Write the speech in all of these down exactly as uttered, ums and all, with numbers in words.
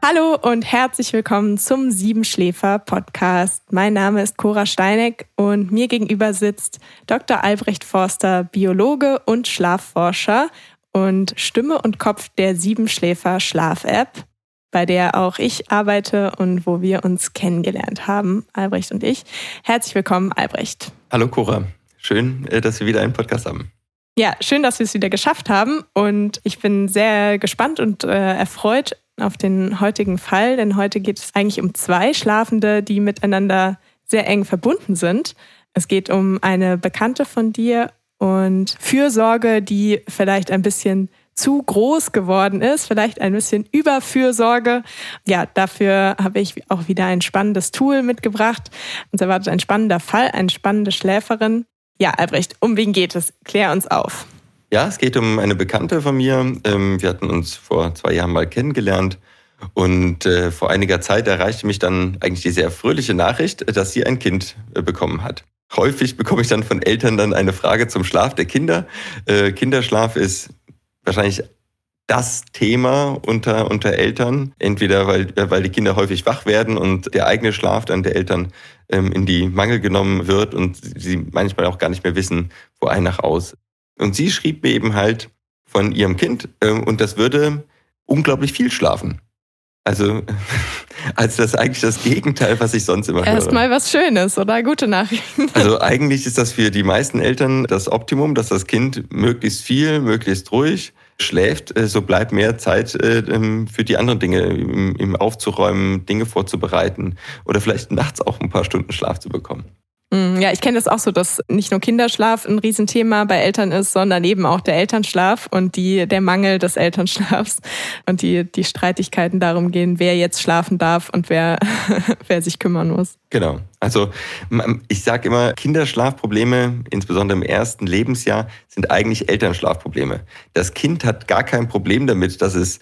Hallo und herzlich willkommen zum Siebenschläfer-Podcast. Mein Name ist Cora Steineck und mir gegenüber sitzt Doktor Albrecht Forster, Biologe und Schlafforscher und Stimme und Kopf der Siebenschläfer-Schlaf-App, bei der auch ich arbeite und wo wir uns kennengelernt haben, Albrecht und ich. Herzlich willkommen, Albrecht. Hallo Cora, schön, dass wir wieder einen Podcast haben. Ja, schön, dass wir es wieder geschafft haben und ich bin sehr gespannt und äh, erfreut auf den heutigen Fall, denn heute geht es eigentlich um zwei Schlafende, die miteinander sehr eng verbunden sind. Es geht um eine Bekannte von dir und Fürsorge, die vielleicht ein bisschen zu groß geworden ist, vielleicht ein bisschen Überfürsorge. Ja, dafür habe ich auch wieder ein spannendes Tool mitgebracht. Uns erwartet ein spannender Fall, eine spannende Schläferin. Ja, Albrecht, um wen geht es? Klär uns auf. Ja, es geht um eine Bekannte von mir. Wir hatten uns vor zwei Jahren mal kennengelernt und vor einiger Zeit erreichte mich dann eigentlich die sehr fröhliche Nachricht, dass sie ein Kind bekommen hat. Häufig bekomme ich dann von Eltern dann eine Frage zum Schlaf der Kinder. Kinderschlaf ist wahrscheinlich das Thema unter, unter Eltern. Entweder weil, weil die Kinder häufig wach werden und der eigene Schlaf dann der Eltern in die Mangel genommen wird und sie manchmal auch gar nicht mehr wissen, wo ein nach aus. Und sie schrieb mir eben halt von ihrem Kind, äh, und das würde unglaublich viel schlafen. Also, also das ist eigentlich das Gegenteil, was ich sonst immer höre. Erstmal was Schönes, oder? Gute Nachrichten. Also eigentlich ist das für die meisten Eltern das Optimum, dass das Kind möglichst viel, möglichst ruhig schläft. So bleibt mehr Zeit äh, für die anderen Dinge, im, im Aufzuräumen, Dinge vorzubereiten oder vielleicht nachts auch ein paar Stunden Schlaf zu bekommen. Ja, ich kenne das auch so, dass nicht nur Kinderschlaf ein Riesenthema bei Eltern ist, sondern eben auch der Elternschlaf und die, der Mangel des Elternschlafs und die, die Streitigkeiten darum gehen, wer jetzt schlafen darf und wer, wer sich kümmern muss. Genau. Also ich sage immer, Kinderschlafprobleme, insbesondere im ersten Lebensjahr, sind eigentlich Elternschlafprobleme. Das Kind hat gar kein Problem damit, dass es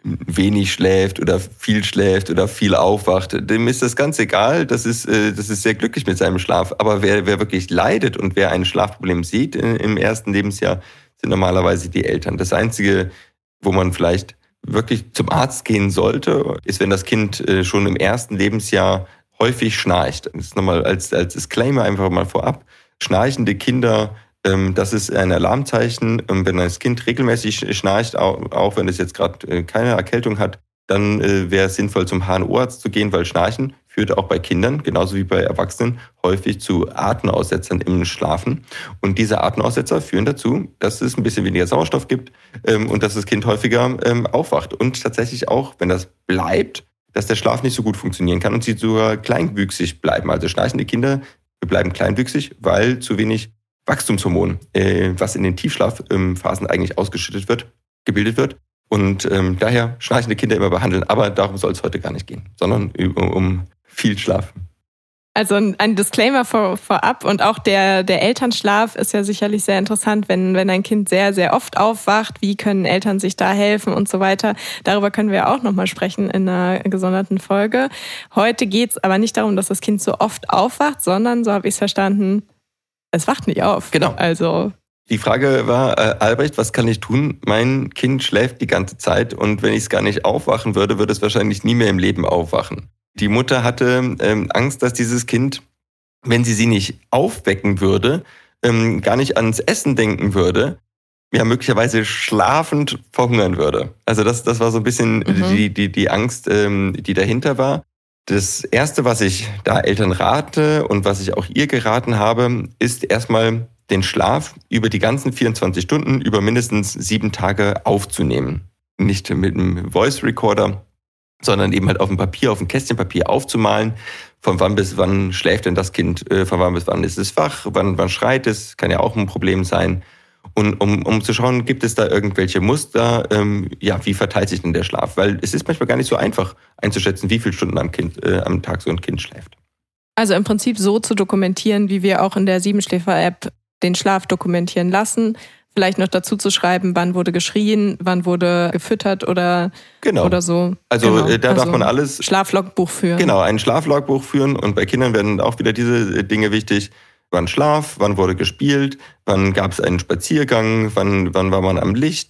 wenig schläft oder viel schläft oder viel aufwacht. Dem ist das ganz egal. Das ist, das ist sehr glücklich mit seinem Schlaf. Aber wer, wer wirklich leidet und wer ein Schlafproblem sieht im ersten Lebensjahr, sind normalerweise die Eltern. Das Einzige, wo man vielleicht wirklich zum Arzt gehen sollte, ist, wenn das Kind schon im ersten Lebensjahr häufig schnarcht. Das ist nochmal als, als Disclaimer einfach mal vorab. Schnarchende Kinder, das ist ein Alarmzeichen. Wenn das Kind regelmäßig schnarcht, auch wenn es jetzt gerade keine Erkältung hat, dann wäre es sinnvoll, zum H N O-Arzt zu gehen, weil Schnarchen führt auch bei Kindern, genauso wie bei Erwachsenen, häufig zu Atemaussetzern im Schlafen. Und diese Atemaussetzer führen dazu, dass es ein bisschen weniger Sauerstoff gibt und dass das Kind häufiger aufwacht. Und tatsächlich auch, wenn das bleibt, dass der Schlaf nicht so gut funktionieren kann und sie sogar kleinwüchsig bleiben. Also schnarchende Kinder bleiben kleinwüchsig, weil zu wenig Wachstumshormon, äh, was in den Tiefschlafphasen eigentlich ausgeschüttet wird, gebildet wird. Und ähm, daher schnarchende Kinder immer behandeln. Aber darum soll es heute gar nicht gehen, sondern um, um viel Schlaf. Also ein Disclaimer vor, vorab und auch der, der Elternschlaf ist ja sicherlich sehr interessant, wenn, wenn ein Kind sehr, sehr oft aufwacht. Wie können Eltern sich da helfen und so weiter? Darüber können wir auch nochmal sprechen in einer gesonderten Folge. Heute geht es aber nicht darum, dass das Kind so oft aufwacht, sondern, so habe ich es verstanden, es wacht nicht auf. Genau. Also die Frage war, äh, Albrecht, was kann ich tun? Mein Kind schläft die ganze Zeit und wenn ich es gar nicht aufwachen würde, würde es wahrscheinlich nie mehr im Leben aufwachen. Die Mutter hatte ähm, Angst, dass dieses Kind, wenn sie sie nicht aufwecken würde, ähm, gar nicht ans Essen denken würde, ja möglicherweise schlafend verhungern würde. Also das, das war so ein bisschen mhm. die, die, die Angst, ähm, die dahinter war. Das Erste, was ich da Eltern rate und was ich auch ihr geraten habe, ist erstmal den Schlaf über die ganzen vierundzwanzig Stunden, über mindestens sieben Tage aufzunehmen. Nicht mit einem Voice Recorder, sondern eben halt auf dem Papier, auf dem Kästchen Papier aufzumalen, von wann bis wann schläft denn das Kind, von wann bis wann ist es wach, wann, wann schreit es, kann ja auch ein Problem sein. Und um, um zu schauen, gibt es da irgendwelche Muster, ähm, ja, wie verteilt sich denn der Schlaf? Weil es ist manchmal gar nicht so einfach einzuschätzen, wie viele Stunden am, kind, äh, am Tag so ein Kind schläft. Also im Prinzip so zu dokumentieren, wie wir auch in der Siebenschläfer-App den Schlaf dokumentieren lassen. Vielleicht noch dazu zu schreiben, wann wurde geschrien, wann wurde gefüttert oder, genau. oder so. Also genau. äh, da also darf man alles... Schlaflogbuch führen. Genau, ein Schlaflogbuch führen. Und bei Kindern werden auch wieder diese Dinge wichtig. Wann Schlaf, wann wurde gespielt, wann gab es einen Spaziergang, wann, wann war man am Licht.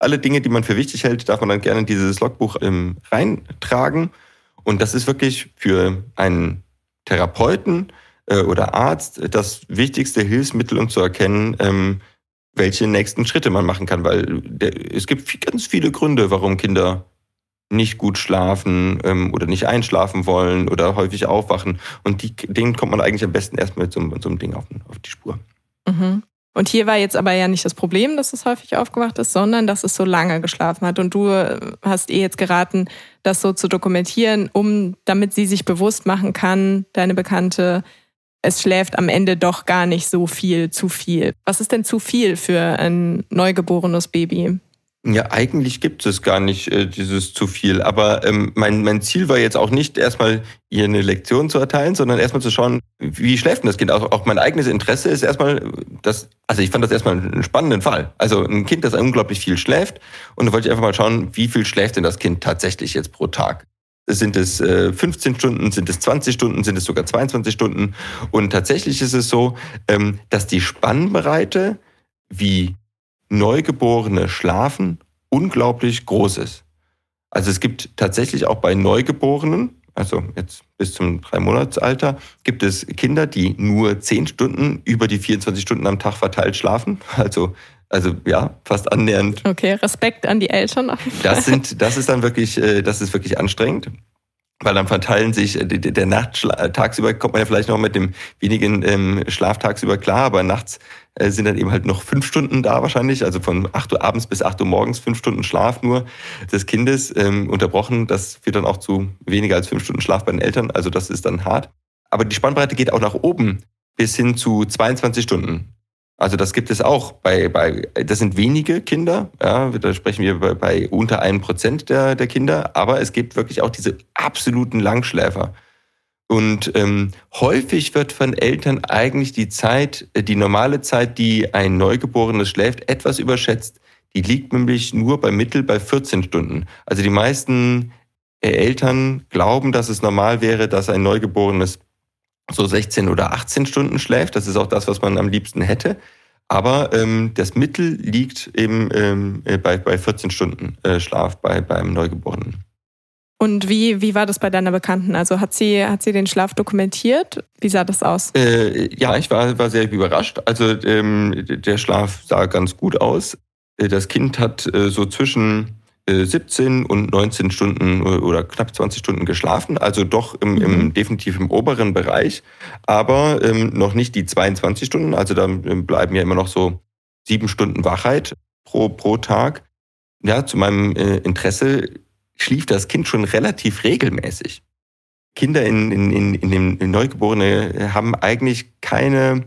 Alle Dinge, die man für wichtig hält, darf man dann gerne in dieses Logbuch ähm, reintragen. Und das ist wirklich für einen Therapeuten äh, oder Arzt das wichtigste Hilfsmittel, um zu erkennen, ähm, welche nächsten Schritte man machen kann. Weil der, es gibt viel, ganz viele Gründe, warum Kinder nicht gut schlafen ähm, oder nicht einschlafen wollen oder häufig aufwachen. Und die, denen kommt man eigentlich am besten erst mit so, so einem Ding auf, auf die Spur. Mhm. Und hier war jetzt aber ja nicht das Problem, dass es häufig aufgewacht ist, sondern dass es so lange geschlafen hat. Und du hast ihr jetzt geraten, das so zu dokumentieren, um, damit sie sich bewusst machen kann, deine Bekannte, es schläft am Ende doch gar nicht so viel, zu viel. Was ist denn zu viel für ein neugeborenes Baby? Ja, eigentlich gibt es gar nicht äh, dieses zu viel. Aber ähm, mein, mein Ziel war jetzt auch nicht, erstmal ihr eine Lektion zu erteilen, sondern erstmal zu schauen, wie schläft denn das Kind? Auch, auch mein eigenes Interesse ist erstmal, das, also ich fand das erstmal einen spannenden Fall. Also ein Kind, das unglaublich viel schläft. Und da wollte ich einfach mal schauen, wie viel schläft denn das Kind tatsächlich jetzt pro Tag? Sind es äh, fünfzehn Stunden, sind es zwanzig Stunden, sind es sogar zweiundzwanzig Stunden? Und tatsächlich ist es so, ähm, dass die Spannbreite, wie Neugeborene schlafen, unglaublich groß ist. Also es gibt tatsächlich auch bei Neugeborenen, also jetzt bis zum drei Monatsalter, gibt es Kinder, die nur zehn Stunden über die vierundzwanzig Stunden am Tag verteilt schlafen. Also, also ja, fast annähernd. Okay, Respekt an die Eltern. Das sind, das ist dann wirklich, das ist wirklich anstrengend. Weil dann verteilen sich, der Nacht, tagsüber kommt man ja vielleicht noch mit dem wenigen ähm, Schlaf tagsüber klar, aber nachts äh, sind dann eben halt noch fünf Stunden da wahrscheinlich, also von acht Uhr abends bis acht Uhr morgens, fünf Stunden Schlaf nur des Kindes ähm, unterbrochen. Das führt dann auch zu weniger als fünf Stunden Schlaf bei den Eltern, also das ist dann hart. Aber die Spannbreite geht auch nach oben bis hin zu zweiundzwanzig Stunden. Also das gibt es auch bei, bei das sind wenige Kinder, ja, da sprechen wir bei, bei unter einem Prozent der, der Kinder, aber es gibt wirklich auch diese absoluten Langschläfer. Und ähm, häufig wird von Eltern eigentlich die Zeit, die normale Zeit, die ein Neugeborenes schläft, etwas überschätzt. Die liegt nämlich nur bei Mittel bei vierzehn Stunden. Also die meisten Eltern glauben, dass es normal wäre, dass ein Neugeborenes so sechzehn oder achtzehn Stunden schläft. Das ist auch das, was man am liebsten hätte. Aber ähm, das Mittel liegt eben ähm, bei, bei vierzehn Stunden äh, Schlaf bei, beim Neugeborenen. Und wie, wie war das bei deiner Bekannten? Also hat sie, hat sie den Schlaf dokumentiert? Wie sah das aus? Äh, ja, ich war, war sehr überrascht. Also ähm, der Schlaf sah ganz gut aus. Das Kind hat äh, so zwischen siebzehn und neunzehn Stunden oder knapp zwanzig Stunden geschlafen, also doch im, im mhm. definitiv im oberen Bereich, aber ähm, noch nicht die zweiundzwanzig Stunden, also da bleiben ja immer noch so sieben Stunden Wachheit pro, pro Tag. Ja, zu meinem äh, Interesse schlief das Kind schon relativ regelmäßig. Kinder in, in, in, in dem in Neugeborene haben eigentlich keine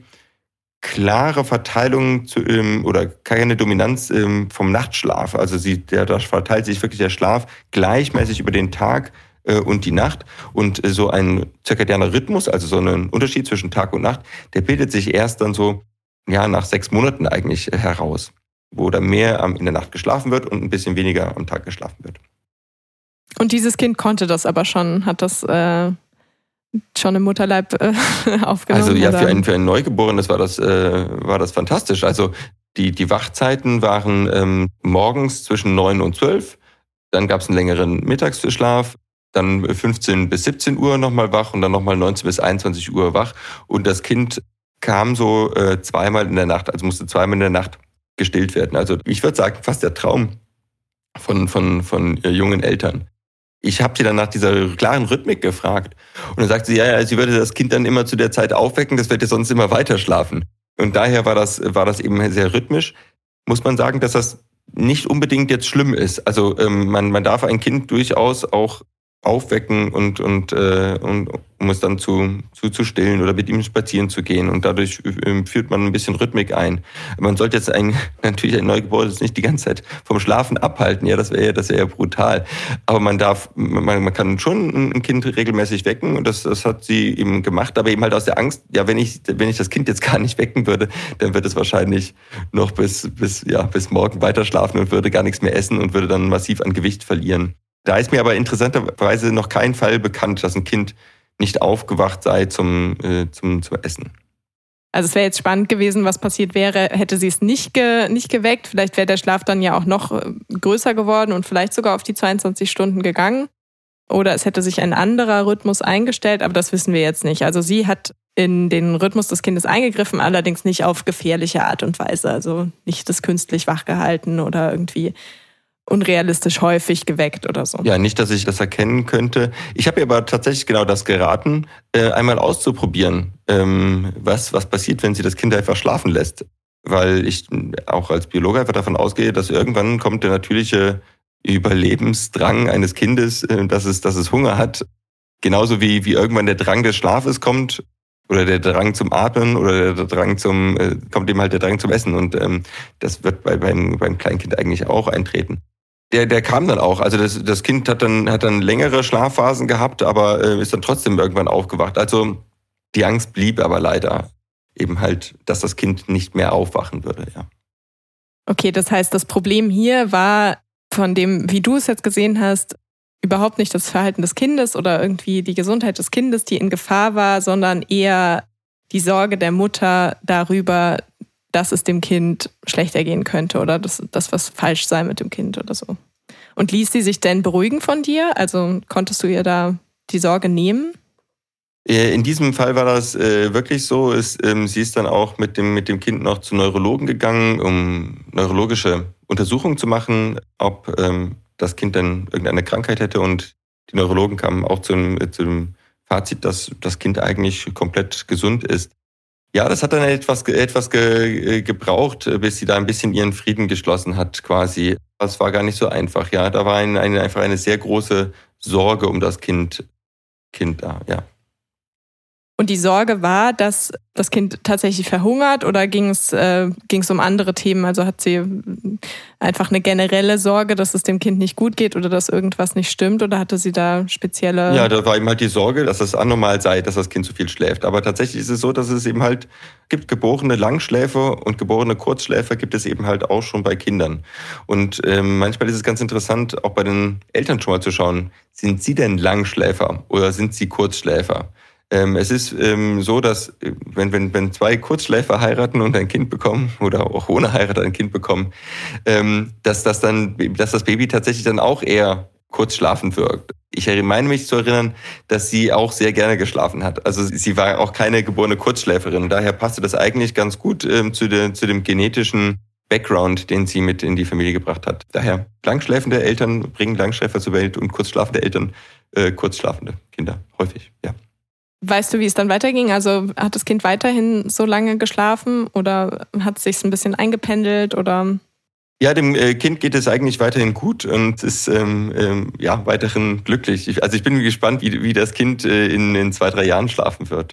klare Verteilung zu, ähm, oder keine Dominanz ähm, vom Nachtschlaf. Also sie, der, da verteilt sich wirklich der Schlaf gleichmäßig über den Tag äh, und die Nacht. Und äh, so ein zirkadianer Rhythmus, also so ein Unterschied zwischen Tag und Nacht, der bildet sich erst dann so ja nach sechs Monaten eigentlich äh, heraus, wo dann mehr ähm, in der Nacht geschlafen wird und ein bisschen weniger am Tag geschlafen wird. Und dieses Kind konnte das aber schon, hat das äh schon im Mutterleib äh, aufgenommen? Also ja, für ein, für ein Neugeborenes war das, äh, war das fantastisch. Also die, die Wachzeiten waren ähm, morgens zwischen neun und zwölf, dann gab es einen längeren Mittagsschlaf, dann fünfzehn bis siebzehn Uhr nochmal wach und dann nochmal neunzehn bis einundzwanzig Uhr wach. Und das Kind kam so äh, zweimal in der Nacht, also musste zweimal in der Nacht gestillt werden. Also ich würde sagen, fast der Traum von, von, von äh, jungen Eltern. Ich habe sie dann nach dieser klaren Rhythmik gefragt. Und dann sagte sie, ja, ja, sie würde das Kind dann immer zu der Zeit aufwecken, das wird ja sonst immer weiter schlafen. Und daher war das, war das eben sehr rhythmisch. Muss man sagen, dass das nicht unbedingt jetzt schlimm ist. Also ähm, man, man darf ein Kind durchaus auch aufwecken und, und, äh, und um es dann zu, zu, zu stillen oder mit ihm spazieren zu gehen. Und dadurch äh, führt man ein bisschen Rhythmik ein. Man sollte jetzt ein, natürlich ein Neugeborenes nicht die ganze Zeit vom Schlafen abhalten. Ja, das wäre ja, das wäre ja brutal. Aber man darf, man, man kann schon ein Kind regelmäßig wecken und das, das hat sie eben gemacht. Aber eben halt aus der Angst, ja, wenn ich, wenn ich das Kind jetzt gar nicht wecken würde, dann wird es wahrscheinlich noch bis, bis, ja, bis morgen weiter schlafen und würde gar nichts mehr essen und würde dann massiv an Gewicht verlieren. Da ist mir aber interessanterweise noch kein Fall bekannt, dass ein Kind nicht aufgewacht sei zum, äh, zum, zum Essen. Also es wäre jetzt spannend gewesen, was passiert wäre, hätte sie es nicht, ge, nicht geweckt. Vielleicht wäre der Schlaf dann ja auch noch größer geworden und vielleicht sogar auf die zweiundzwanzig Stunden gegangen. Oder es hätte sich ein anderer Rhythmus eingestellt, aber das wissen wir jetzt nicht. Also sie hat in den Rhythmus des Kindes eingegriffen, allerdings nicht auf gefährliche Art und Weise. Also nicht das künstlich wachgehalten oder irgendwie unrealistisch häufig geweckt oder so. Ja, nicht, dass ich das erkennen könnte. Ich habe ihr aber tatsächlich genau das geraten, äh, einmal auszuprobieren, ähm, was, was passiert, wenn sie das Kind einfach schlafen lässt. Weil ich auch als Biologe einfach davon ausgehe, dass irgendwann kommt der natürliche Überlebensdrang eines Kindes, äh, dass es, dass es Hunger hat. Genauso wie, wie irgendwann der Drang des Schlafes kommt oder der Drang zum Atmen oder der Drang zum, äh, kommt eben halt der Drang zum Essen. Und ähm, das wird bei, beim, beim Kleinkind eigentlich auch eintreten. Der, der kam dann auch. Also das, das Kind hat dann, hat dann längere Schlafphasen gehabt, aber äh, ist dann trotzdem irgendwann aufgewacht. Also die Angst blieb aber leider eben halt, dass das Kind nicht mehr aufwachen würde. Ja. Okay, das heißt, das Problem hier war von dem, wie du es jetzt gesehen hast, überhaupt nicht das Verhalten des Kindes oder irgendwie die Gesundheit des Kindes, die in Gefahr war, sondern eher die Sorge der Mutter darüber, dass es dem Kind schlechter gehen könnte oder dass das was falsch sei mit dem Kind oder so. Und ließ sie sich denn beruhigen von dir? Also konntest du ihr da die Sorge nehmen? In diesem Fall war das äh, wirklich so. Es, ähm, sie ist dann auch mit dem, mit dem Kind noch zu Neurologen gegangen, um neurologische Untersuchungen zu machen, ob ähm, das Kind dann irgendeine Krankheit hätte. Und die Neurologen kamen auch zu dem, äh, zu dem Fazit, dass das Kind eigentlich komplett gesund ist. Ja, das hat dann etwas, etwas ge, gebraucht, bis sie da ein bisschen ihren Frieden geschlossen hat quasi. Das war gar nicht so einfach. Ja, da war ein, eine, einfach eine sehr große Sorge um das Kind, kind da, ja. Und die Sorge war, dass das Kind tatsächlich verhungert oder ging es, äh, ging es um andere Themen? Also hat sie einfach eine generelle Sorge, dass es dem Kind nicht gut geht oder dass irgendwas nicht stimmt oder hatte sie da spezielle... Ja, da war eben halt die Sorge, dass es anormal sei, dass das Kind zu viel schläft. Aber tatsächlich ist es so, dass es eben halt gibt geborene Langschläfer und geborene Kurzschläfer gibt es eben halt auch schon bei Kindern. Und ähm, manchmal ist es ganz interessant, auch bei den Eltern schon mal zu schauen, sind sie denn Langschläfer oder sind sie Kurzschläfer? Ähm, es ist ähm, so, dass wenn, wenn, wenn zwei Kurzschläfer heiraten und ein Kind bekommen oder auch ohne Heirat ein Kind bekommen, ähm, dass das dann, dass das Baby tatsächlich dann auch eher kurz schlafend wirkt. Ich meine mich zu erinnern, dass sie auch sehr gerne geschlafen hat. Also sie war auch keine geborene Kurzschläferin. Daher passte das eigentlich ganz gut ähm, zu, der, zu dem genetischen Background, den sie mit in die Familie gebracht hat. Daher langschläfende Eltern bringen Langschläfer zur Welt und kurzschlafende Eltern äh, kurzschlafende Kinder. Häufig, ja. Weißt du, wie es dann weiterging? Also hat das Kind weiterhin so lange geschlafen oder hat es sich ein bisschen eingependelt oder? Ja, dem äh, Kind geht es eigentlich weiterhin gut und ist ähm, ähm, ja, weiterhin glücklich. Ich, also ich bin gespannt, wie, wie das Kind äh, in, in zwei, drei Jahren schlafen wird.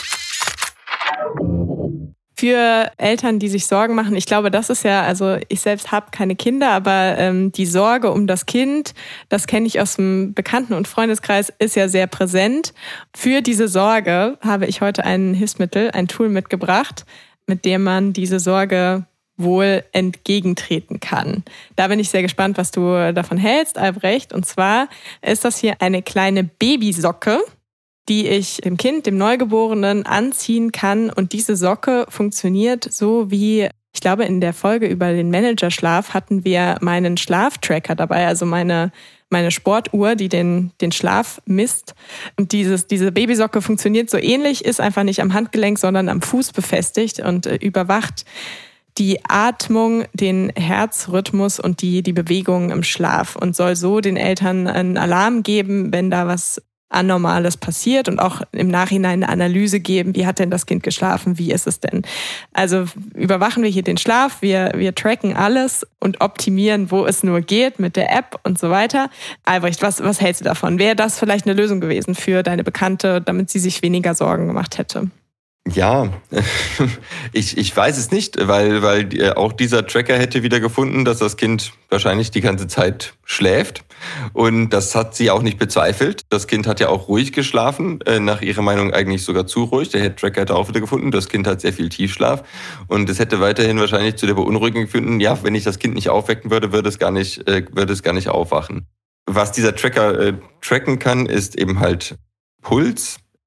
Für Eltern, die sich Sorgen machen, ich glaube, das ist ja, also ich selbst habe keine Kinder, aber ähm, die Sorge um das Kind, das kenne ich aus dem Bekannten- und Freundeskreis, ist ja sehr präsent. Für diese Sorge habe ich heute ein Hilfsmittel, ein Tool mitgebracht, mit dem man diese Sorge wohl entgegentreten kann. Da bin ich sehr gespannt, was du davon hältst, Albrecht. Und zwar ist das hier eine kleine Babysocke, die ich dem Kind, dem Neugeborenen, anziehen kann. Und diese Socke funktioniert so wie, ich glaube, in der Folge über den Managerschlaf hatten wir meinen Schlaftracker dabei, also meine, meine Sportuhr, die den, den Schlaf misst. Und dieses, diese Babysocke funktioniert so ähnlich, ist einfach nicht am Handgelenk, sondern am Fuß befestigt und äh, überwacht die Atmung, den Herzrhythmus und die, die Bewegungen im Schlaf und soll so den Eltern einen Alarm geben, wenn da was Anormales passiert und auch im Nachhinein eine Analyse geben, wie hat denn das Kind geschlafen, wie ist es denn? Also überwachen wir hier den Schlaf, wir, wir tracken alles und optimieren, wo es nur geht mit der App und so weiter. Albrecht, was, was hältst du davon? Wäre das vielleicht eine Lösung gewesen für deine Bekannte, damit sie sich weniger Sorgen gemacht hätte? Ja, ich, ich weiß es nicht, weil, weil auch dieser Tracker hätte wieder gefunden, dass das Kind wahrscheinlich die ganze Zeit schläft. Und das hat sie auch nicht bezweifelt. Das Kind hat ja auch ruhig geschlafen, nach ihrer Meinung eigentlich sogar zu ruhig. Der Tracker hätte auch wieder gefunden, das Kind hat sehr viel Tiefschlaf. Und es hätte weiterhin wahrscheinlich zu der Beunruhigung gefunden, ja, wenn ich das Kind nicht aufwecken würde, würde es gar nicht, würde es gar nicht aufwachen. Was dieser Tracker äh, tracken kann, ist eben halt Puls.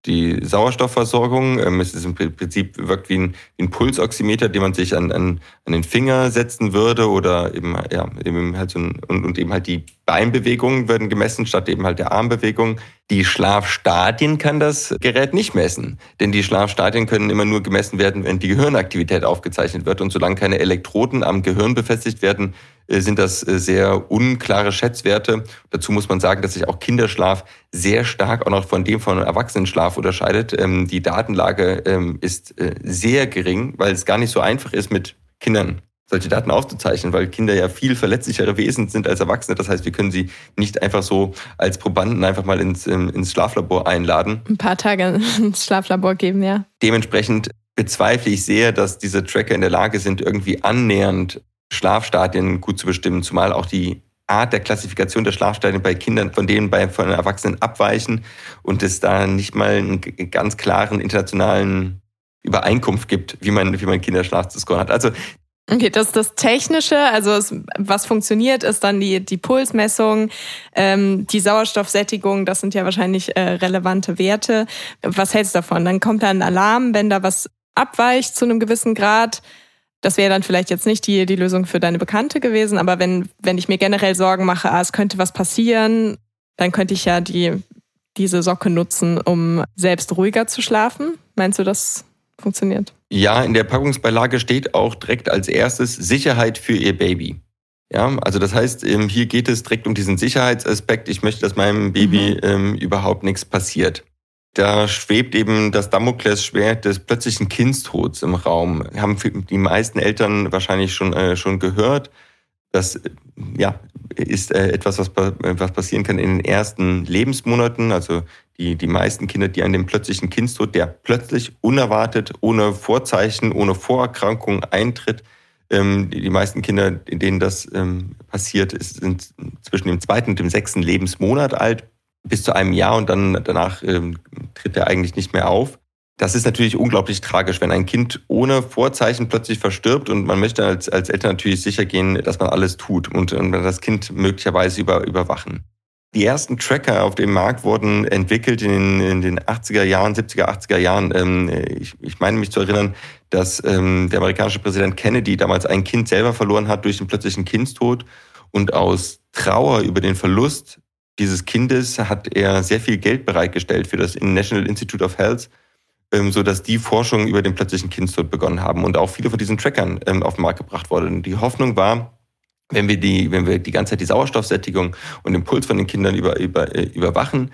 die Sauerstoffversorgung. Ähm, es ist im Prinzip wirkt wie ein, wie ein Pulsoximeter, den man sich an, an, an den Finger setzen würde oder eben, ja, eben halt so ein, und, und eben halt die Beinbewegungen werden gemessen statt eben halt der Armbewegung. Die Schlafstadien kann das Gerät nicht messen, denn die Schlafstadien können immer nur gemessen werden, wenn die Gehirnaktivität aufgezeichnet wird. Und solange keine Elektroden am Gehirn befestigt werden, sind das sehr unklare Schätzwerte. Dazu muss man sagen, dass sich auch Kinderschlaf sehr stark auch noch von dem von Erwachsenenschlaf unterscheidet. Die Datenlage ist sehr gering, weil es gar nicht so einfach ist, mit Kindern solche Daten aufzuzeichnen, weil Kinder ja viel verletzlichere Wesen sind als Erwachsene. Das heißt, wir können sie nicht einfach so als Probanden einfach mal ins, ins Schlaflabor einladen. Ein paar Tage ins Schlaflabor geben, ja. Dementsprechend bezweifle ich sehr, dass diese Tracker in der Lage sind, irgendwie annähernd Schlafstadien gut zu bestimmen, zumal auch die Art der Klassifikation der Schlafstadien bei Kindern von denen bei von Erwachsenen abweichen und es da nicht mal einen ganz klaren internationalen Übereinkunft gibt, wie man, wie man Kinderschlaf zu scoren hat. Also okay, das ist das Technische, also es, was funktioniert, ist dann die, die Pulsmessung, ähm, die Sauerstoffsättigung, das sind ja wahrscheinlich äh, relevante Werte. Was hältst du davon? Dann kommt da ein Alarm, wenn da was abweicht zu einem gewissen Grad. Das wäre dann vielleicht jetzt nicht die, die Lösung für deine Bekannte gewesen, aber wenn, wenn ich mir generell Sorgen mache, ah, es könnte was passieren, dann könnte ich ja die, diese Socke nutzen, um selbst ruhiger zu schlafen. Meinst du, das funktioniert? Ja, in der Packungsbeilage steht auch direkt als erstes Sicherheit für Ihr Baby. Ja, also das heißt, hier geht es direkt um diesen Sicherheitsaspekt. Ich möchte, dass meinem Baby mhm. ähm, überhaupt nichts passiert. Da schwebt eben das Damoklesschwert des plötzlichen Kindstods im Raum. Haben die meisten Eltern wahrscheinlich schon äh, schon gehört. Das ja ist äh, etwas, was, was passieren kann in den ersten Lebensmonaten. Also die die meisten Kinder, die an dem plötzlichen Kindstod, der plötzlich unerwartet, ohne Vorzeichen, ohne Vorerkrankung eintritt, ähm, die, die meisten Kinder, in denen das ähm, passiert, ist, sind zwischen dem zweiten und dem sechsten Lebensmonat alt. Bis zu einem Jahr und dann danach ähm, tritt er eigentlich nicht mehr auf. Das ist natürlich unglaublich tragisch, wenn ein Kind ohne Vorzeichen plötzlich verstirbt und man möchte als, als Eltern natürlich sicher gehen, dass man alles tut und, und das Kind möglicherweise über, überwachen. Die ersten Tracker auf dem Markt wurden entwickelt in den, in den achtziger Jahren, siebziger, achtziger Jahren. Ähm, ich, ich meine mich zu erinnern, dass ähm, der amerikanische Präsident Kennedy damals ein Kind selber verloren hat durch den plötzlichen Kindstod und aus Trauer über den Verlust dieses Kindes hat er sehr viel Geld bereitgestellt für das National Institute of Health, so dass die Forschung über den plötzlichen Kindstod begonnen haben und auch viele von diesen Trackern auf den Markt gebracht wurden. Die Hoffnung war, wenn wir die, wenn wir die ganze Zeit die Sauerstoffsättigung und den Puls von den Kindern über, über, überwachen,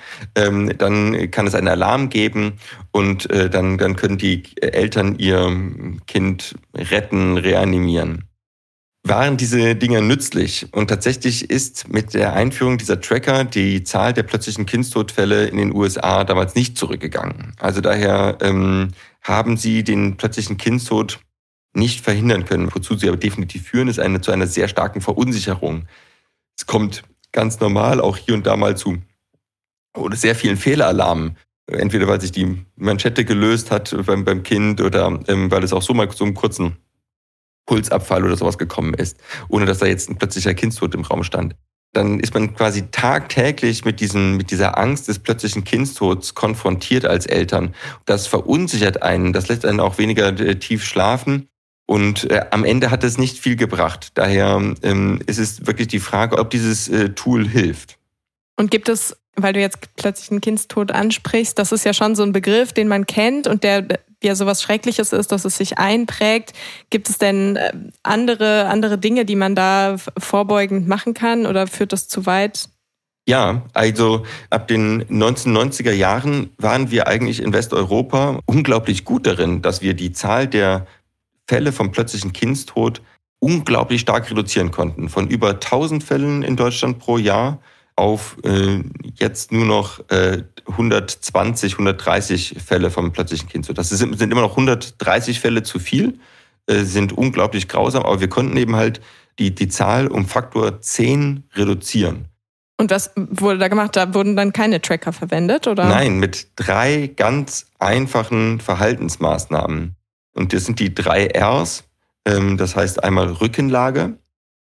dann kann es einen Alarm geben und dann, dann können die Eltern ihr Kind retten, reanimieren. Waren diese Dinge nützlich? Und tatsächlich ist mit der Einführung dieser Tracker die Zahl der plötzlichen Kindstodfälle in den U S A damals nicht zurückgegangen. Also daher ähm, haben sie den plötzlichen Kindstod nicht verhindern können. Wozu sie aber definitiv führen, ist eine, zu einer sehr starken Verunsicherung. Es kommt ganz normal auch hier und da mal zu oder sehr vielen Fehlalarmen. Entweder weil sich die Manschette gelöst hat beim, beim Kind oder ähm, weil es auch so mal so einen kurzen Pulsabfall oder sowas gekommen ist, ohne dass da jetzt ein plötzlicher Kindstod im Raum stand. Dann ist man quasi tagtäglich mit diesem, mit dieser Angst des plötzlichen Kindstods konfrontiert als Eltern. Das verunsichert einen, das lässt einen auch weniger äh, tief schlafen und äh, am Ende hat es nicht viel gebracht. Daher ähm, ist es wirklich die Frage, ob dieses äh, Tool hilft. Und gibt es, weil du jetzt plötzlich einen Kindstod ansprichst, das ist ja schon so ein Begriff, den man kennt und der ja sowas Schreckliches ist, dass es sich einprägt. Gibt es denn andere, andere Dinge, die man da vorbeugend machen kann oder führt das zu weit? Ja, also ab den neunzehnhundertneunziger Jahren waren wir eigentlich in Westeuropa unglaublich gut darin, dass wir die Zahl der Fälle vom plötzlichen Kindstod unglaublich stark reduzieren konnten. Von über tausend Fällen in Deutschland pro Jahr auf äh, jetzt nur noch äh, hundertzwanzig, hundertdreißig Fälle vom plötzlichen Kindstod. Das sind, sind immer noch hundertdreißig Fälle zu viel, äh, sind unglaublich grausam, aber wir konnten eben halt die, die Zahl um Faktor zehn reduzieren. Und was wurde da gemacht? Da wurden dann keine Tracker verwendet, oder? Nein, mit drei ganz einfachen Verhaltensmaßnahmen. Und das sind die drei R's. Ähm, das heißt einmal Rückenlage.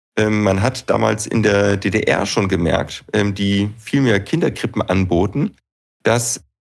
Man hat damals in der D D R schon gemerkt, die viel mehr Kinderkrippen anboten, dass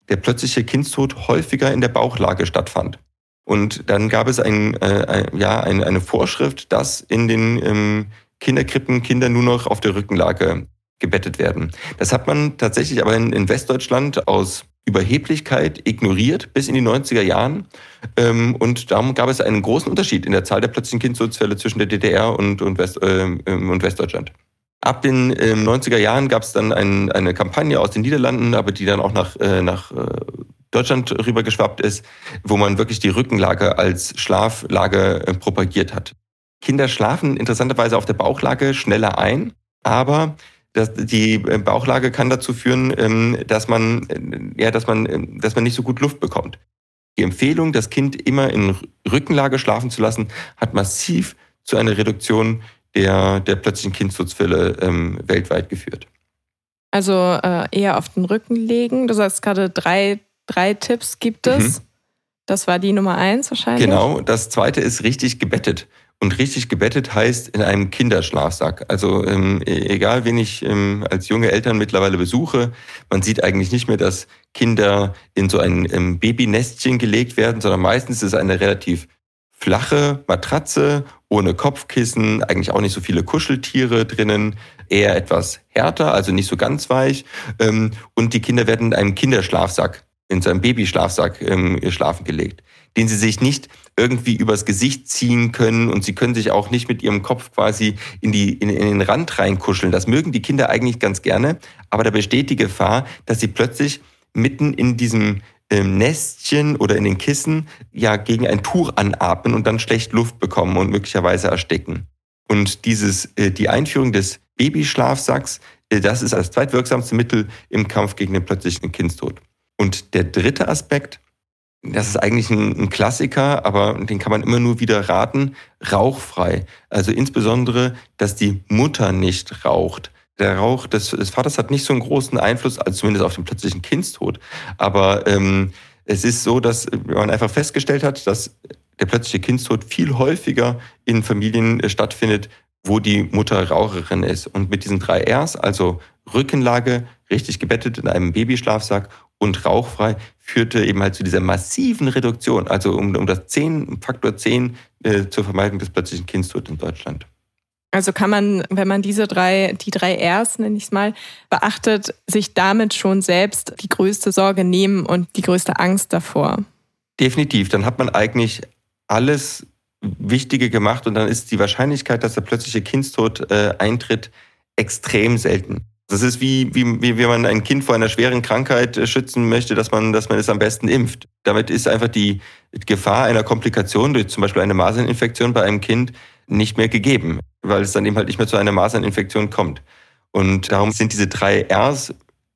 der plötzliche Kindstod häufiger in der Bauchlage stattfand. Und dann gab es ein, äh, ja, eine, eine Vorschrift, dass in den ähm, Kinderkrippen Kinder nur noch auf der Rückenlage gebettet werden. Das hat man tatsächlich aber in, in Westdeutschland aus Überheblichkeit ignoriert bis in die neunziger Jahren. Ähm, und darum gab es einen großen Unterschied in der Zahl der plötzlichen Kindstodsfälle zwischen der D D R und, und, West, äh, und Westdeutschland. Ab den äh, neunziger Jahren gab es dann ein, eine Kampagne aus den Niederlanden, aber die dann auch nach, äh, nach äh, Deutschland rübergeschwappt ist, wo man wirklich die Rückenlage als Schlaflage äh, propagiert hat. Kinder schlafen interessanterweise auf der Bauchlage schneller ein, aber das, die Bauchlage kann dazu führen, ähm, dass man, äh, ja, dass man, äh, dass man nicht so gut Luft bekommt. Die Empfehlung, das Kind immer in Rückenlage schlafen zu lassen, hat massiv zu einer Reduktion der, der plötzlichen Kindstodsfälle ähm, weltweit geführt. Also äh, eher auf den Rücken legen. Du sagst gerade, drei, drei Tipps gibt es. Mhm. Das war die Nummer eins wahrscheinlich. Genau, das zweite ist richtig gebettet. Und richtig gebettet heißt in einem Kinderschlafsack. Also ähm, egal, wen ich ähm, als junge Eltern mittlerweile besuche, man sieht eigentlich nicht mehr, dass Kinder in so ein ähm, Babynestchen gelegt werden, sondern meistens ist es eine relativ flache Matratze, ohne Kopfkissen, eigentlich auch nicht so viele Kuscheltiere drinnen, eher etwas härter, also nicht so ganz weich. Ähm, und die Kinder werden in einem Kinderschlafsack, in so einem Babyschlafsack ähm, schlafen gelegt, den sie sich nicht irgendwie übers Gesicht ziehen können und sie können sich auch nicht mit ihrem Kopf quasi in, die, in, in den Rand reinkuscheln. Das mögen die Kinder eigentlich ganz gerne, aber da besteht die Gefahr, dass sie plötzlich mitten in diesem ähm, Nestchen oder in den Kissen ja gegen ein Tuch anatmen und dann schlecht Luft bekommen und möglicherweise ersticken. Und dieses, äh, die Einführung des Babyschlafsacks, äh, das ist das zweitwirksamste Mittel im Kampf gegen den plötzlichen Kindstod. Und der dritte Aspekt, das ist eigentlich ein, ein Klassiker, aber den kann man immer nur wieder raten, rauchfrei. Also insbesondere, dass die Mutter nicht raucht. Der Rauch des, des Vaters hat nicht so einen großen Einfluss, also zumindest auf den plötzlichen Kindstod. Aber ähm, es ist so, dass man einfach festgestellt hat, dass der plötzliche Kindstod viel häufiger in Familien stattfindet, wo die Mutter Raucherin ist. Und mit diesen drei R's, also Rückenlage, richtig gebettet in einem Babyschlafsack und rauchfrei, führte eben halt zu dieser massiven Reduktion, also um, um das zehn, Faktor zehn äh, zur Vermeidung des plötzlichen Kindstods in Deutschland. Also kann man, wenn man diese drei, die drei R's, nenne ich es mal, beachtet, sich damit schon selbst die größte Sorge nehmen und die größte Angst davor? Definitiv, dann hat man eigentlich alles Wichtige gemacht und dann ist die Wahrscheinlichkeit, dass der plötzliche Kindstod äh, eintritt, extrem selten. Das ist wie, wie, wie wenn man ein Kind vor einer schweren Krankheit schützen möchte, dass man, dass man es am besten impft. Damit ist einfach die Gefahr einer Komplikation durch zum Beispiel eine Maserninfektion bei einem Kind nicht mehr gegeben, weil es dann eben halt nicht mehr zu einer Maserninfektion kommt. Und darum sind diese drei R's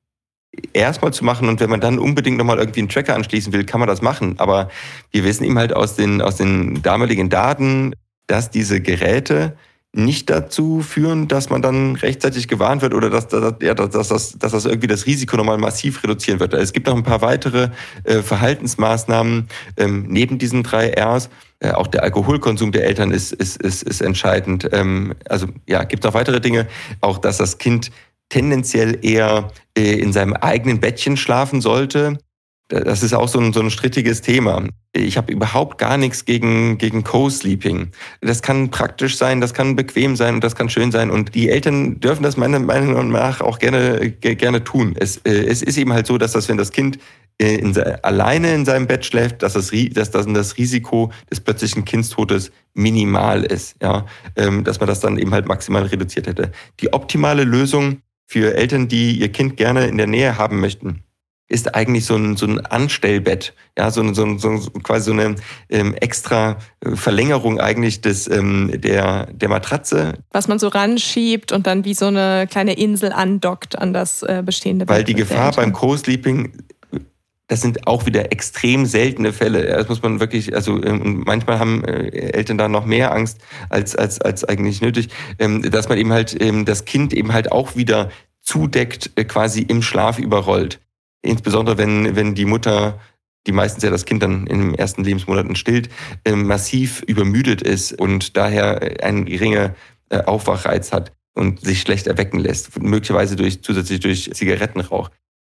erstmal zu machen und wenn man dann unbedingt nochmal irgendwie einen Tracker anschließen will, kann man das machen. Aber wir wissen eben halt aus den, aus den damaligen Daten, dass diese Geräte nicht dazu führen, dass man dann rechtzeitig gewarnt wird oder dass, dass, ja, dass, dass, dass das irgendwie das Risiko nochmal massiv reduzieren wird. Es gibt noch ein paar weitere äh, Verhaltensmaßnahmen ähm, neben diesen drei R's. Äh, auch der Alkoholkonsum der Eltern ist, ist, ist, ist entscheidend. Ähm, also ja, gibt noch weitere Dinge. Auch, dass das Kind tendenziell eher äh, in seinem eigenen Bettchen schlafen sollte. Das ist auch so ein, so ein strittiges Thema. Ich habe überhaupt gar nichts gegen, gegen Co-Sleeping. Das kann praktisch sein, das kann bequem sein und das kann schön sein. Und die Eltern dürfen das meiner Meinung nach auch gerne, gerne tun. Es, äh, es ist eben halt so, dass das, wenn das Kind äh, in, alleine in seinem Bett schläft, dass das, dass das, das Risiko des plötzlichen Kindstodes minimal ist. Ja? Ähm, dass man das dann eben halt maximal reduziert hätte. Die optimale Lösung für Eltern, die ihr Kind gerne in der Nähe haben möchten, ist eigentlich so ein, so ein Anstellbett, ja, so, ein, so, ein, so quasi so eine ähm, extra Verlängerung eigentlich des, ähm, der, der Matratze. Was man so ranschiebt und dann wie so eine kleine Insel andockt an das äh, bestehende Bett. Weil die Gefahr beim Co-Sleeping, das sind auch wieder extrem seltene Fälle. Das muss man wirklich, also ähm, manchmal haben äh, Eltern da noch mehr Angst als, als, als eigentlich nötig, ähm, dass man eben halt ähm, das Kind eben halt auch wieder zudeckt, äh, quasi im Schlaf überrollt. Insbesondere wenn, wenn die Mutter, die meistens ja das Kind dann in den ersten Lebensmonaten stillt, äh, massiv übermüdet ist und daher einen geringen äh, Aufwachreiz hat und sich schlecht erwecken lässt, möglicherweise durch, zusätzlich durch Zigarettenrauch.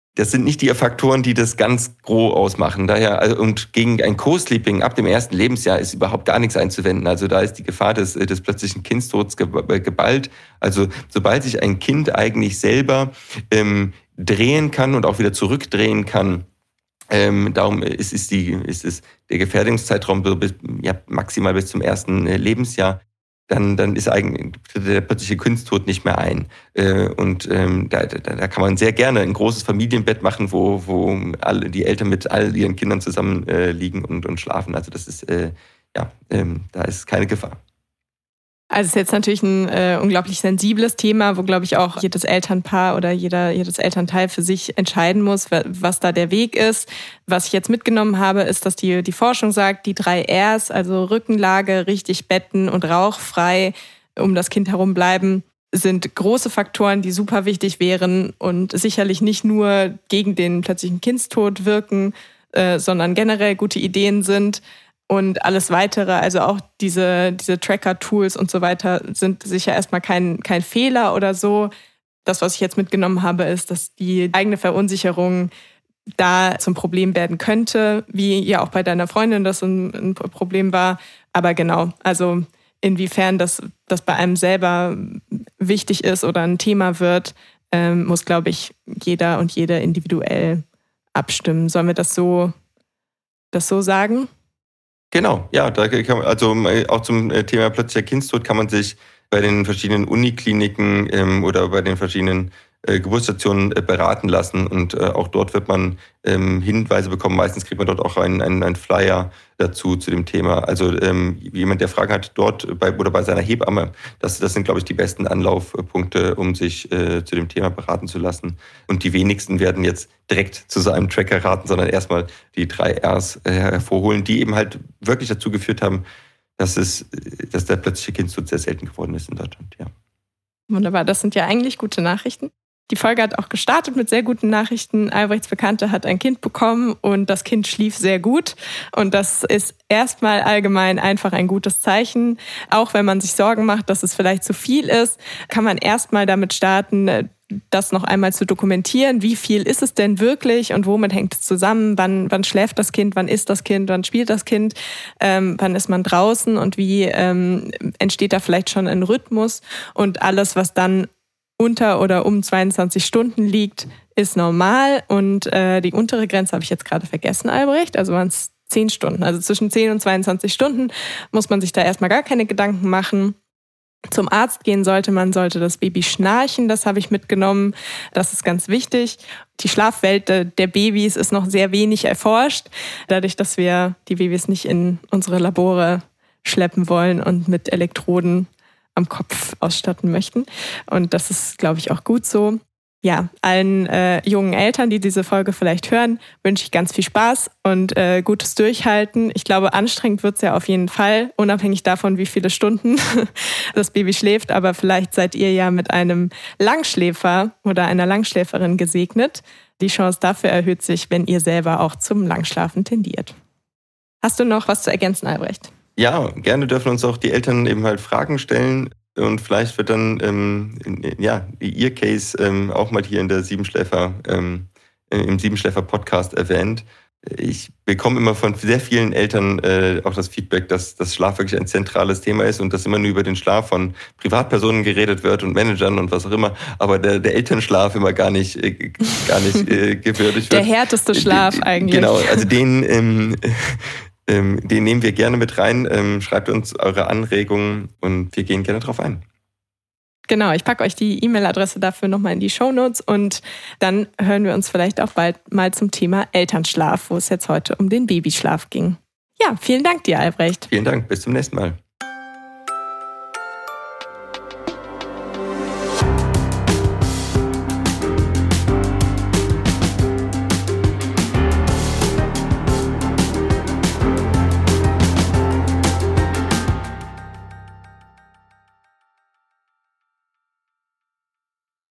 Das sind nicht die Faktoren, die das ganz groß ausmachen. Daher, also, und gegen ein Co-Sleeping ab dem ersten Lebensjahr ist überhaupt gar nichts einzuwenden. Also da ist die Gefahr des, des plötzlichen Kindstods geballt. Also sobald sich ein Kind eigentlich selber ähm, drehen kann und auch wieder zurückdrehen kann, ähm, darum ist, ist, die, ist, ist der Gefährdungszeitraum so bis, ja, maximal bis zum ersten Lebensjahr. Dann, dann ist eigentlich der plötzliche Kindstod nicht mehr ein. Und ähm, da, da, da kann man sehr gerne ein großes Familienbett machen, wo, wo alle, die Eltern mit all ihren Kindern zusammen äh, liegen und, und schlafen. Also das ist, äh, ja, ähm, da ist keine Gefahr. Also es ist jetzt natürlich ein äh, unglaublich sensibles Thema, wo, glaube ich, auch jedes Elternpaar oder jeder, jedes Elternteil für sich entscheiden muss, was da der Weg ist. Was ich jetzt mitgenommen habe, ist, dass die, die Forschung sagt, die drei Rs, also Rückenlage, richtig betten und rauchfrei um das Kind herum bleiben, sind große Faktoren, die super wichtig wären und sicherlich nicht nur gegen den plötzlichen Kindstod wirken, äh, sondern generell gute Ideen sind. Und alles Weitere, also auch diese, diese Tracker-Tools und so weiter, sind sicher erstmal kein, kein Fehler oder so. Das, was ich jetzt mitgenommen habe, ist, dass die eigene Verunsicherung da zum Problem werden könnte, wie ja auch bei deiner Freundin das ein, ein Problem war. Aber genau, also inwiefern das, das bei einem selber wichtig ist oder ein Thema wird, ähm, muss, glaube ich, jeder und jede individuell abstimmen. Sollen wir das so, das so sagen? Genau, ja, da kann man, also auch zum Thema plötzlicher Kindstod kann man sich bei den verschiedenen Unikliniken ähm, oder bei den verschiedenen äh, Geburtsstationen äh, beraten lassen und äh, auch dort wird man ähm, Hinweise bekommen. Meistens kriegt man dort auch einen, einen, einen Flyer dazu zu dem Thema. Also ähm, jemand, der Fragen hat, dort bei, oder bei seiner Hebamme, das, das sind, glaube ich, die besten Anlaufpunkte, um sich äh, zu dem Thema beraten zu lassen. Und die wenigsten werden jetzt direkt zu so einem Tracker raten, sondern erstmal die drei Rs äh, hervorholen, die eben halt wirklich dazu geführt haben, dass es, dass der plötzliche Kindstod sehr selten geworden ist in Deutschland. Ja. Wunderbar, das sind ja eigentlich gute Nachrichten. Die Folge hat auch gestartet mit sehr guten Nachrichten. Albrechts Bekannte hat ein Kind bekommen und das Kind schlief sehr gut. Und das ist erstmal allgemein einfach ein gutes Zeichen. Auch wenn man sich Sorgen macht, dass es vielleicht zu viel ist, kann man erstmal damit starten, das noch einmal zu dokumentieren. Wie viel ist es denn wirklich und womit hängt es zusammen? Wann, wann schläft das Kind? Wann isst das Kind? Wann spielt das Kind? Ähm, wann ist man draußen? Und wie ähm, entsteht da vielleicht schon ein Rhythmus? Und alles, was dann unter oder um zweiundzwanzig Stunden liegt, ist normal. Und äh, die untere Grenze habe ich jetzt gerade vergessen, Albrecht. Also waren es zehn Stunden. Also zwischen zehn und zweiundzwanzig Stunden muss man sich da erstmal gar keine Gedanken machen. Zum Arzt gehen sollte man, sollte das Baby schnarchen, das habe ich mitgenommen. Das ist ganz wichtig. Die Schlafwelt der Babys ist noch sehr wenig erforscht, dadurch, dass wir die Babys nicht in unsere Labore schleppen wollen und mit Elektroden am Kopf ausstatten möchten. Und das ist, glaube ich, auch gut so. Ja, allen äh, jungen Eltern, die diese Folge vielleicht hören, wünsche ich ganz viel Spaß und äh, gutes Durchhalten. Ich glaube, anstrengend wird es ja auf jeden Fall, unabhängig davon, wie viele Stunden das Baby schläft. Aber vielleicht seid ihr ja mit einem Langschläfer oder einer Langschläferin gesegnet. Die Chance dafür erhöht sich, wenn ihr selber auch zum Langschlafen tendiert. Hast du noch was zu ergänzen, Albrecht? Ja, gerne dürfen uns auch die Eltern eben halt Fragen stellen. Und vielleicht wird dann ähm, ja, ihr Case ähm, auch mal hier in der Siebenschläfer, ähm, im Siebenschläfer-Podcast erwähnt. Ich bekomme immer von sehr vielen Eltern äh, auch das Feedback, dass das Schlaf wirklich ein zentrales Thema ist und dass immer nur über den Schlaf von Privatpersonen geredet wird und Managern und was auch immer, aber der, der Elternschlaf immer gar nicht, äh, gar nicht äh, gewürdigt wird. Der härteste Schlaf den, eigentlich. Genau, also den... Ähm, Ähm, den nehmen wir gerne mit rein. Ähm, schreibt uns eure Anregungen und wir gehen gerne drauf ein. Genau, ich packe euch die E-Mail-Adresse dafür nochmal in die Shownotes und dann hören wir uns vielleicht auch bald mal zum Thema Elternschlaf, wo es jetzt heute um den Babyschlaf ging. Ja, vielen Dank dir, Albrecht. Vielen Dank, bis zum nächsten Mal.